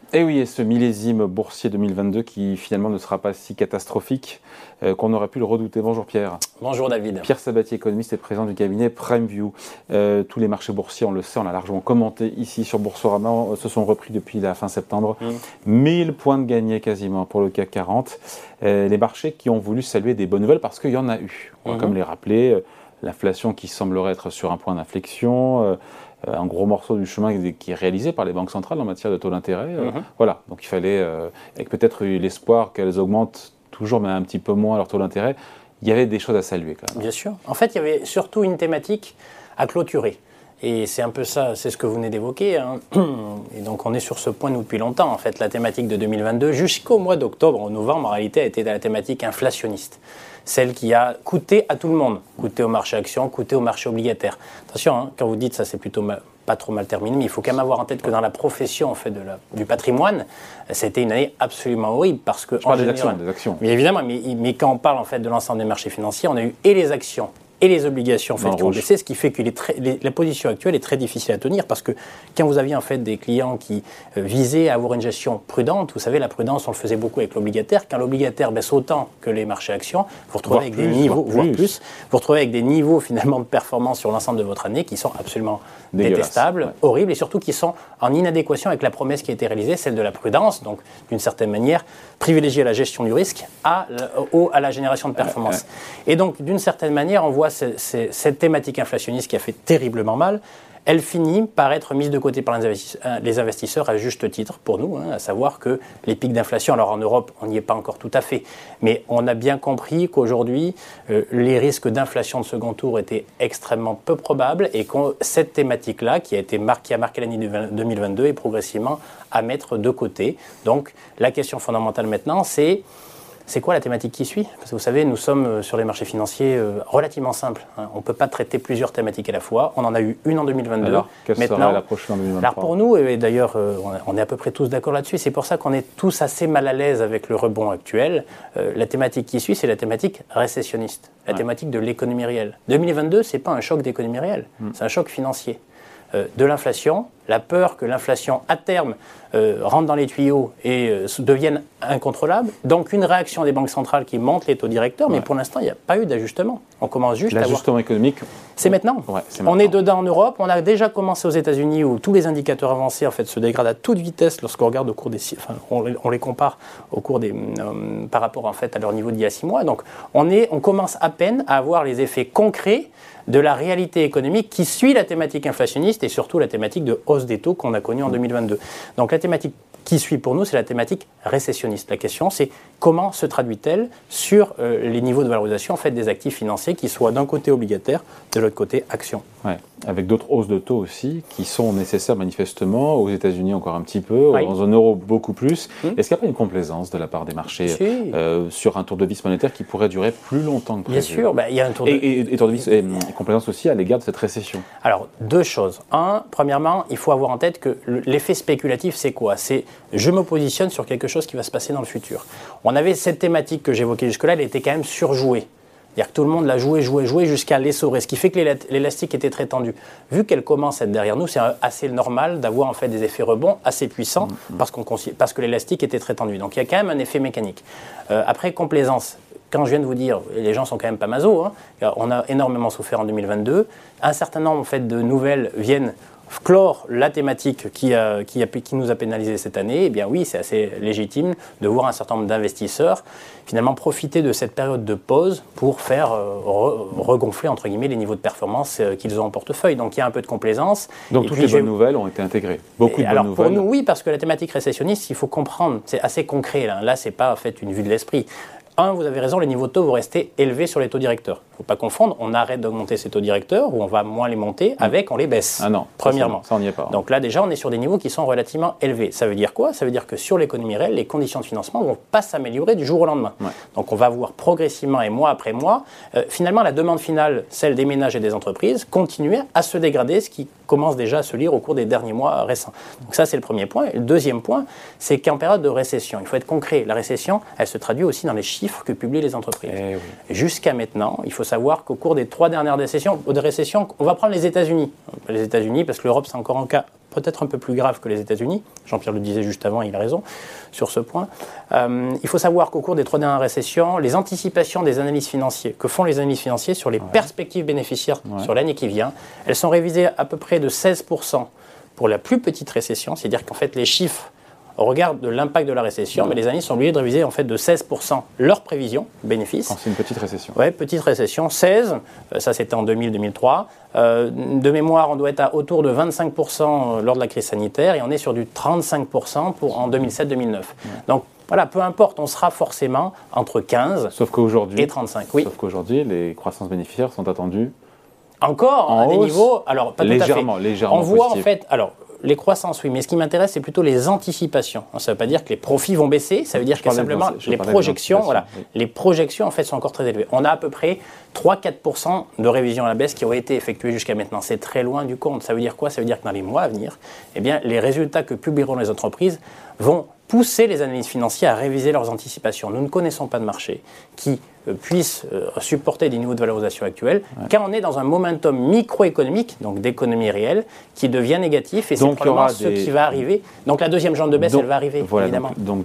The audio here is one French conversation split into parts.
Et oui, et ce millésime boursier 2022 qui finalement ne sera pas si catastrophique qu'on aurait pu le redouter. Bonjour Pierre. Bonjour David. Pierre Sabatier, économiste et président du cabinet PrimeView. Tous les marchés boursiers, on le sait, on l'a largement commenté ici sur Boursorama, se sont repris depuis la fin septembre. 1000 points de gagnés quasiment pour le CAC 40. Les marchés qui ont voulu saluer des bonnes nouvelles parce qu'il y en a eu. On va comme les rappeler, l'inflation qui semblerait être sur un point d'inflexion, un gros morceau du chemin qui est réalisé par les banques centrales en matière de taux d'intérêt. Voilà, donc il fallait, avec peut-être l'espoir qu'elles augmentent toujours, mais un petit peu moins leur taux d'intérêt, il y avait des choses à saluer quand même. Bien sûr. En fait, il y avait surtout une thématique à clôturer. Et c'est un peu ça, c'est ce que vous venez d'évoquer. Et donc on est sur ce point nous depuis longtemps. En fait, la thématique de 2022, jusqu'au mois d'octobre, en novembre, en réalité, a été la thématique inflationniste. Celle qui a coûté à tout le monde, coûté au marché actions, coûté au marché obligataire. Attention, quand vous dites ça, c'est plutôt pas trop mal terminé, mais il faut quand même avoir en tête que dans la profession en fait, du patrimoine, c'était une année absolument horrible. Parce que, je parle des actions. Mais évidemment, mais quand on parle en fait, de l'ensemble des marchés financiers, on a eu et les actions et les obligations en fait, qui ont baissé, ce qui fait que la position actuelle est très difficile à tenir parce que quand vous aviez en fait, des clients qui visaient à avoir une gestion prudente, vous savez, la prudence, on le faisait beaucoup avec l'obligataire. Quand l'obligataire baisse autant que les marchés actions, vous vous retrouvez avec des niveaux, voire plus, vous vous retrouvez avec des niveaux finalement de performance sur l'ensemble de votre année qui sont absolument détestables, horribles et surtout qui sont en inadéquation avec la promesse qui a été réalisée, celle de la prudence, donc d'une certaine manière, privilégier la gestion du risque à la génération de performance. Et donc, d'une certaine manière, on voit cette thématique inflationniste qui a fait terriblement mal, elle finit par être mise de côté par les investisseurs à juste titre pour nous, à savoir que les pics d'inflation, alors en Europe, on n'y est pas encore tout à fait, mais on a bien compris qu'aujourd'hui, les risques d'inflation de second tour étaient extrêmement peu probables et que cette thématique-là, qui a marqué l'année 2022, est progressivement à mettre de côté. Donc, la question fondamentale maintenant, c'est quoi la thématique qui suit ? Parce que vous savez, nous sommes sur les marchés financiers relativement simples. On ne peut pas traiter plusieurs thématiques à la fois. On en a eu une en 2022. Alors, quelle sera la prochaine en 2023 ? Alors pour nous, et d'ailleurs, on est à peu près tous d'accord là-dessus, c'est pour ça qu'on est tous assez mal à l'aise avec le rebond actuel. La thématique qui suit, c'est la thématique récessionniste, la thématique de l'économie réelle. 2022, ce n'est pas un choc d'économie réelle, c'est un choc financier. De l'inflation, la peur que l'inflation, à terme, rentre dans les tuyaux et devienne incontrôlable. Donc, une réaction des banques centrales qui montent les taux directeurs, mais pour l'instant, il n'y a pas eu d'ajustement. On commence juste à voir... L'ajustement économique... C'est maintenant. On est dedans en Europe. On a déjà commencé aux États-Unis où tous les indicateurs avancés en fait, se dégradent à toute vitesse lorsqu'on regarde au cours des... Enfin, on les compare au cours des... par rapport en fait, à leur niveau d'il y a 6 mois. Donc, on commence à peine à avoir les effets concrets de la réalité économique qui suit la thématique inflationniste et surtout la thématique de hausse des taux qu'on a connue en 2022. Donc la thématique qui suit pour nous, c'est la thématique récessionniste. La question, c'est comment se traduit-elle sur les niveaux de valorisation en fait, des actifs financiers qui soient d'un côté obligataires, de l'autre côté actions. Ouais. Avec d'autres hausses de taux aussi qui sont nécessaires manifestement aux États-Unis encore un petit peu, en zone euro beaucoup plus. Est-ce qu'il n'y a pas une complaisance de la part des marchés sur un tour de vis monétaire qui pourrait durer plus longtemps que prévu ? Bien sûr, il y a un tour de et tour de vis et complaisance aussi à l'égard de cette récession. Alors, deux choses. Premièrement, il faut avoir en tête que l'effet spéculatif, c'est quoi ? C'est je me positionne sur quelque chose qui va se passer dans le futur. On avait cette thématique que j'évoquais jusque-là, elle était quand même surjouée. C'est-à-dire que tout le monde l'a joué jusqu'à l'essorer, ce qui fait que l'élastique était très tendu. Vu qu'elle commence à être derrière nous, c'est assez normal d'avoir en fait des effets rebonds assez puissants parce que l'élastique était très tendu. Donc il y a quand même un effet mécanique. Après, complaisance. Quand je viens de vous dire, les gens sont quand même pas maso, on a énormément souffert en 2022. Un certain nombre en fait, de nouvelles viennent clore la thématique qui nous a pénalisé cette année. Eh bien oui, c'est assez légitime de voir un certain nombre d'investisseurs finalement profiter de cette période de pause pour faire regonfler entre guillemets les niveaux de performance qu'ils ont en portefeuille. Donc il y a un peu de complaisance. Donc toutes les bonnes nouvelles ont été intégrées. Beaucoup de bonnes nouvelles. Pour nous, oui, parce que la thématique récessionniste, il faut comprendre, c'est assez concret. Là c'est pas en fait une vue de l'esprit. Vous avez raison, les niveaux de taux vont rester élevés sur les taux directeurs. Il ne faut pas confondre, on arrête d'augmenter ces taux directeurs ou on va moins les monter avec, on les baisse. Ah non, premièrement. Ça on n'y est pas. Donc là, déjà, on est sur des niveaux qui sont relativement élevés. Ça veut dire quoi ? Ça veut dire que sur l'économie réelle, les conditions de financement ne vont pas s'améliorer du jour au lendemain. Ouais. Donc on va voir progressivement et mois après mois, finalement, la demande finale, celle des ménages et des entreprises, continuer à se dégrader, ce qui commence déjà à se lire au cours des derniers mois récents. Donc ça, c'est le premier point. Et le deuxième point, c'est qu'en période de récession, il faut être concret. La récession, elle se traduit aussi dans les chiffres que publient les entreprises. Oui. Jusqu'à maintenant, il faut savoir qu'au cours des 3 dernières récessions, on va prendre les États-Unis. Les États-Unis, parce que l'Europe, c'est encore un cas peut-être un peu plus grave que les États-Unis. Jean-Pierre le disait juste avant, il a raison sur ce point. Il faut savoir qu'au cours des 3 dernières récessions, les anticipations des analystes financiers, que font les analystes financiers sur les perspectives bénéficiaires sur l'année qui vient, elles sont révisées à peu près de 16% pour la plus petite récession, c'est-à-dire qu'en fait les chiffres au regard de l'impact de la récession, mais les analystes sont obligés de réviser en fait de 16% leurs prévisions bénéfices. Quand c'est une petite récession. Oui, petite récession, 16, ça c'était en 2000-2003. De mémoire, on doit être à autour de 25% lors de la crise sanitaire et on est sur du 35% en 2007-2009. Donc voilà, peu importe, on sera forcément entre 15 et 35. Oui. Sauf qu'aujourd'hui, les croissances bénéficiaires sont attendues encore à des niveaux, alors pas légèrement, tout à fait. Légèrement on voit positif. En fait, alors les croissances, oui, mais ce qui m'intéresse, c'est plutôt les anticipations. Ça ne veut pas dire que les profits vont baisser, ça veut dire que simplement les projections, les projections en fait sont encore très élevées. On a à peu près 3-4% de révision à la baisse qui auraient été effectuées jusqu'à maintenant. C'est très loin du compte. Ça veut dire quoi? Ça veut dire que dans les mois à venir, eh bien, les résultats que publieront les entreprises vont pousser les analystes financiers à réviser leurs anticipations. Nous ne connaissons pas de marché qui puisse supporter des niveaux de valorisation actuels, car on est dans un momentum microéconomique, donc d'économie réelle, qui devient négatif, et c'est probablement ce qui va arriver. Donc la deuxième jambe de baisse, elle va arriver, évidemment. Donc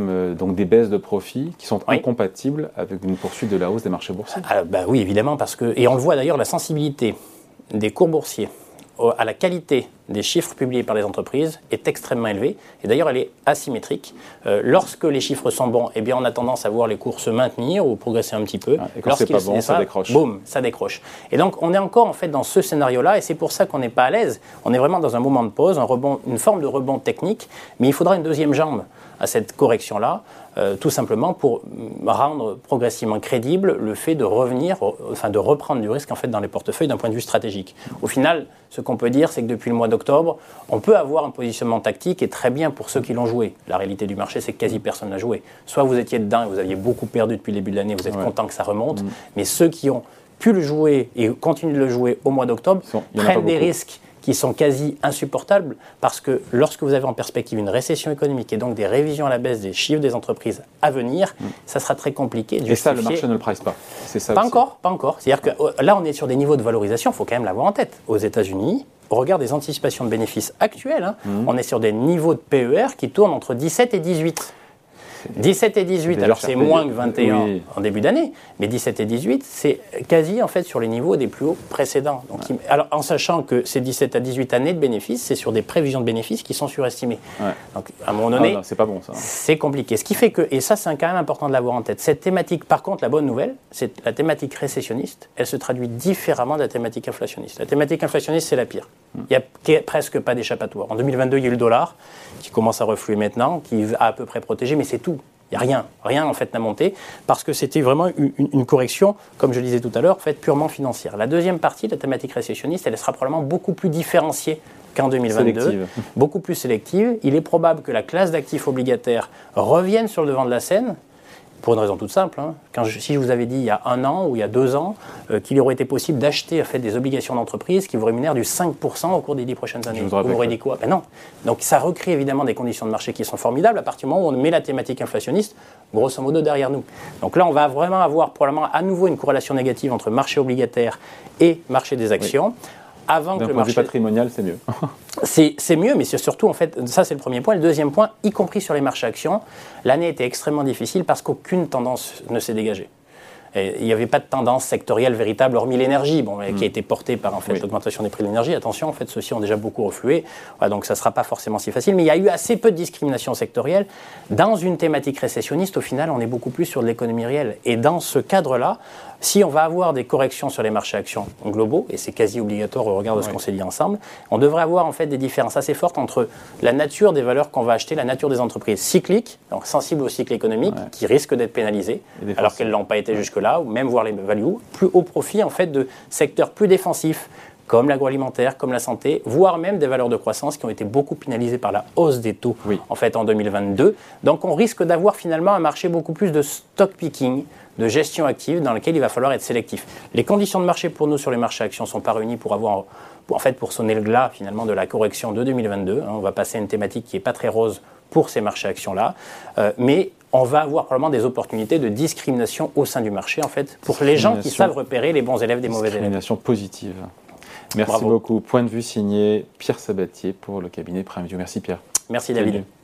des baisses de profits qui sont incompatibles avec une poursuite de la hausse des marchés boursiers. Oui, évidemment, parce que, et on le voit d'ailleurs, la sensibilité des cours boursiers à la qualité des chiffres publiés par les entreprises est extrêmement élevée. Et d'ailleurs, elle est asymétrique. Lorsque les chiffres sont bons, eh bien, on a tendance à voir les cours se maintenir ou progresser un petit peu. Et quand c'est pas bon, ça décroche. Boum, ça décroche. Et donc, on est encore en fait dans ce scénario-là, et c'est pour ça qu'on n'est pas à l'aise. On est vraiment dans un moment de pause, un rebond, une forme de rebond technique, mais il faudra une deuxième jambe à cette correction-là, tout simplement pour rendre progressivement crédible le fait de revenir, enfin de reprendre du risque en fait dans les portefeuilles d'un point de vue stratégique. Au final, ce qu'on peut dire, c'est que depuis le mois d'octobre, on peut avoir un positionnement tactique et très bien pour ceux qui l'ont joué. La réalité du marché, c'est que quasi personne n'a joué. Soit vous étiez dedans et vous aviez beaucoup perdu depuis le début de l'année, vous êtes content que ça remonte, mais ceux qui ont pu le jouer et continuent de le jouer au mois d'octobre prennent des risques qui sont quasi insupportables, parce que lorsque vous avez en perspective une récession économique et donc des révisions à la baisse des chiffres des entreprises à venir, ça sera très compliqué de justifier. Et ça, le marché ne le price pas. C'est ça pas aussi. Encore. C'est-à-dire que là, on est sur des niveaux de valorisation, il faut quand même l'avoir en tête. Aux États-Unis, au regard des anticipations de bénéfices actuelles, on est sur des niveaux de PER qui tournent entre 17 et 18. 17 et 18, alors c'est moins que 21 en début d'année, mais 17 et 18, c'est quasi en fait sur les niveaux des plus hauts précédents. Donc, alors, en sachant que ces 17 à 18 années de bénéfices, c'est sur des prévisions de bénéfices qui sont surestimées. Donc à un moment donné, c'est pas bon ça. C'est compliqué. Ce qui fait que, et ça c'est quand même important de l'avoir en tête, cette thématique, par contre, la bonne nouvelle, c'est la thématique récessionniste, elle se traduit différemment de la thématique inflationniste. La thématique inflationniste, c'est la pire. Il n'y a presque pas d'échappatoire. En 2022, il y a eu le dollar qui commence à refluer maintenant, qui a à peu près protégé, mais c'est tout. Il n'y a rien en fait n'a monté, parce que c'était vraiment une correction, comme je le disais tout à l'heure, en fait, purement financière. La deuxième partie de la thématique récessionniste, elle sera probablement beaucoup plus différenciée qu'en 2022, beaucoup plus sélective. Il est probable que la classe d'actifs obligataires revienne sur le devant de la scène, pour une raison toute simple. Si je vous avais dit il y a 1 an ou il y a 2 ans qu'il aurait été possible d'acheter en fait, des obligations d'entreprise qui vous rémunèrent du 5% au cours des 10 prochaines années, vous m'aurez dit quoi? Ben non. Donc ça recrée évidemment des conditions de marché qui sont formidables à partir du moment où on met la thématique inflationniste grosso modo derrière nous. Donc là, on va vraiment avoir probablement à nouveau une corrélation négative entre marché obligataire et marché des actions. Avant que le marché patrimonial, c'est mieux. c'est mieux, mais c'est surtout, en fait, ça c'est le premier point. Le deuxième point, y compris sur les marchés actions, l'année était extrêmement difficile parce qu'aucune tendance ne s'est dégagée. Et il n'y avait pas de tendance sectorielle véritable, hormis l'énergie, qui a été portée par en fait, l'augmentation des prix de l'énergie. Attention, en fait, ceux-ci ont déjà beaucoup reflué, donc ça ne sera pas forcément si facile. Mais il y a eu assez peu de discrimination sectorielle. Dans une thématique récessionniste, au final, on est beaucoup plus sur de l'économie réelle. Et dans ce cadre-là, si on va avoir des corrections sur les marchés actions globaux, et c'est quasi obligatoire au regard de ce qu'on s'est dit ensemble, on devrait avoir en fait des différences assez fortes entre la nature des valeurs qu'on va acheter, la nature des entreprises cycliques, donc sensibles au cycle économique, qui risquent d'être pénalisées, alors qu'elles ne l'ont pas été jusque-là, ou même voir les values, plus au profit en fait de secteurs plus défensifs, comme l'agroalimentaire, comme la santé, voire même des valeurs de croissance qui ont été beaucoup pénalisées par la hausse des taux en fait en 2022. Donc on risque d'avoir finalement un marché beaucoup plus de stock picking, de gestion active dans lequel il va falloir être sélectif. Les conditions de marché pour nous sur les marchés actions ne sont pas réunies pour avoir, pour sonner le glas finalement de la correction de 2022. On va passer à une thématique qui n'est pas très rose pour ces marchés actions-là, mais on va avoir probablement des opportunités de discrimination au sein du marché en fait pour les gens qui savent repérer les bons élèves des mauvais élèves. Discrimination positive. Merci Bravo. beaucoup. Point de vue signé Pierre Sabatier pour le cabinet PrimeView. Merci Pierre. Merci David. Bienvenue.